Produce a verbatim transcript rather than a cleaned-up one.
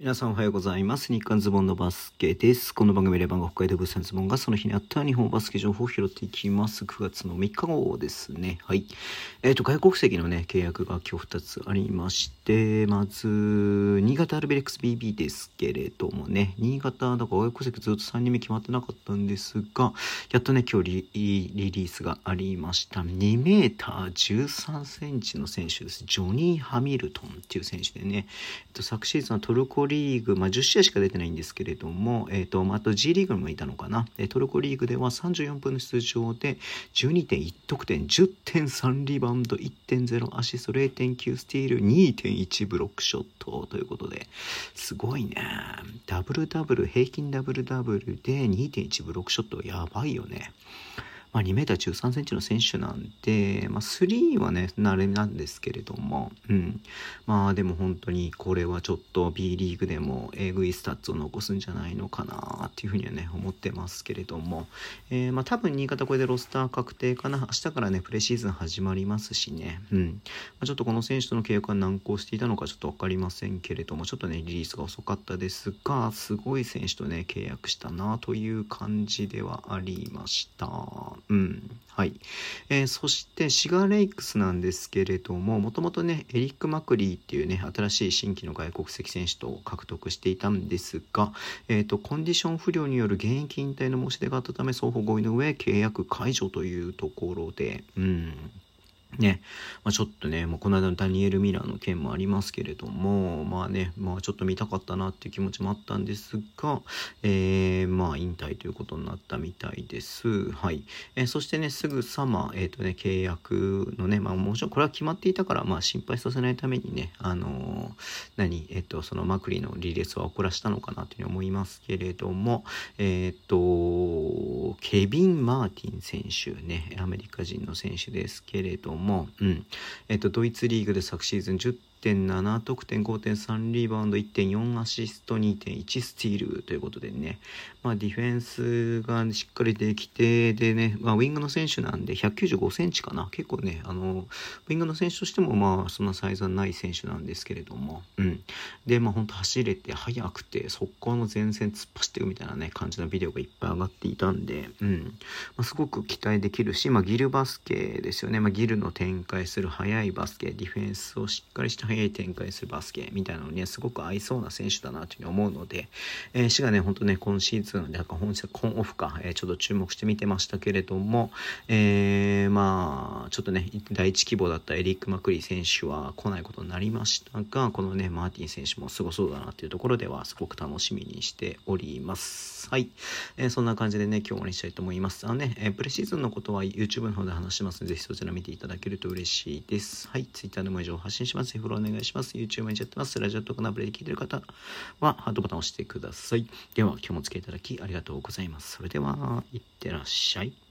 皆さんおはようございます。日刊ズボンのバスケです。この番組レバンが北海道物産ズボンがその日にあった日本バスケ情報を拾っていきます。くがつのみっか号ですね。はい。えっと、外国籍のね、契約が今日ふたつありまして、まず、新潟アルビレックス ビービー ですけれどもね、新潟、だから外国籍ずっとさんにんめ決まってなかったんですが、やっとね、今日リリリースがありました。にメーターじゅうさんセンチの選手です。ジョニー・ハミルトンっていう選手でね、えっと、昨シーズンはトルコリーグ、まあ、じゅっしあいしか出てないんですけれども、えっと、あと G リーグにもいたのかな。トルコリーグではさんじゅうよんぷんの出場で じゅうにてんいち 得点、じゅってんさん リバウンド、いってんゼロ アシスト、れいてんきゅう スティール、にてんいち ブロックショットということで、すごいね。ダブルダブル、平均ダブルダブルで にてんいち ブロックショット、やばいよね。まあ、にメーターじゅうさんセンチの選手なんで、まあ、スリーはね、慣れなんですけれども、うん。まあ、でも本当にこれはちょっと B リーグでもえぐいスタッツを残すんじゃないのかなっていうふうにはね、思ってますけれども、えー、まあ、多分新潟これでロスター確定かな。明日からね、プレシーズン始まりますしね、うん。まあ、ちょっとこの選手との契約が難航していたのかちょっとわかりませんけれども、ちょっとね、リリースが遅かったですが、すごい選手とね、契約したなという感じではありました。うん、はい。えー、そしてシガーレイクスなんですけれども、もともとね、エリック・マクリーっていうね、新しい新規の外国籍選手と獲得していたんですが、えっと、コンディション不良による現役引退の申し出があったため、双方合意の上、契約解除というところで、うん。ね、まあ、ちょっとね、もうこの間のダニエル・ミラーの件もありますけれども、まあね、まあちょっと見たかったなっていう気持ちもあったんですが、えー、まあ引退ということになったみたいです。はい。えー、そしてね、すぐさま、えっとね、契約のね、まあもちろんこれは決まっていたから、まあ心配させないためにね、あのー、何、えっと、そのマクリのリリースは遅らしたのかなというふうに思いますけれども、えっと、ケビン・マーティン選手ね、アメリカ人の選手ですけれども、もうん、えっとドイツリーグで昨シーズンじゅってんなな得点 ごてんさん リバウンド いってんよん アシスト にてんいち スティールということでね、まあディフェンスがしっかりできて、でね、まあウィングの選手なんでひゃくきゅうじゅうごセンチかな、結構ね、あのウィングの選手としてもまあそんなサイズはない選手なんですけれども、うんでまあ本当走れて速くて速攻の前線突っ走ってるみたいなね感じのビデオがいっぱい上がっていたんで、うん、まあ、すごく期待できるし、まあギルバスケですよね、まあギルの展開する速いバスケ、ディフェンスをしっかりした速い展開するバスケみたいなのにねすごく合いそうな選手だなというふうに思うので、えー、シがね本当ね今シーズンだから本今オフか、えー、ちょっと注目して見てましたけれども、えー、まあちょっとね第一希望だったエリック・マクリー選手は来ないことになりましたが、このねマーティン選手もすごそうだなというところではすごく楽しみにしております。はい、えー、そんな感じでね今日終わりにしたいと思います。あのね、えー、プレシーズンのことは YouTube の方で話してますので、ぜひそちら見ていただけると嬉しいです。はい、Twitter でも以上発信します。フォローお願いします。YouTube にやってます。ラジオとかのアプリで聞いてる方はハートボタンを押してください。では今日もお付き合いいただきありがとうございます。それでは、いってらっしゃい。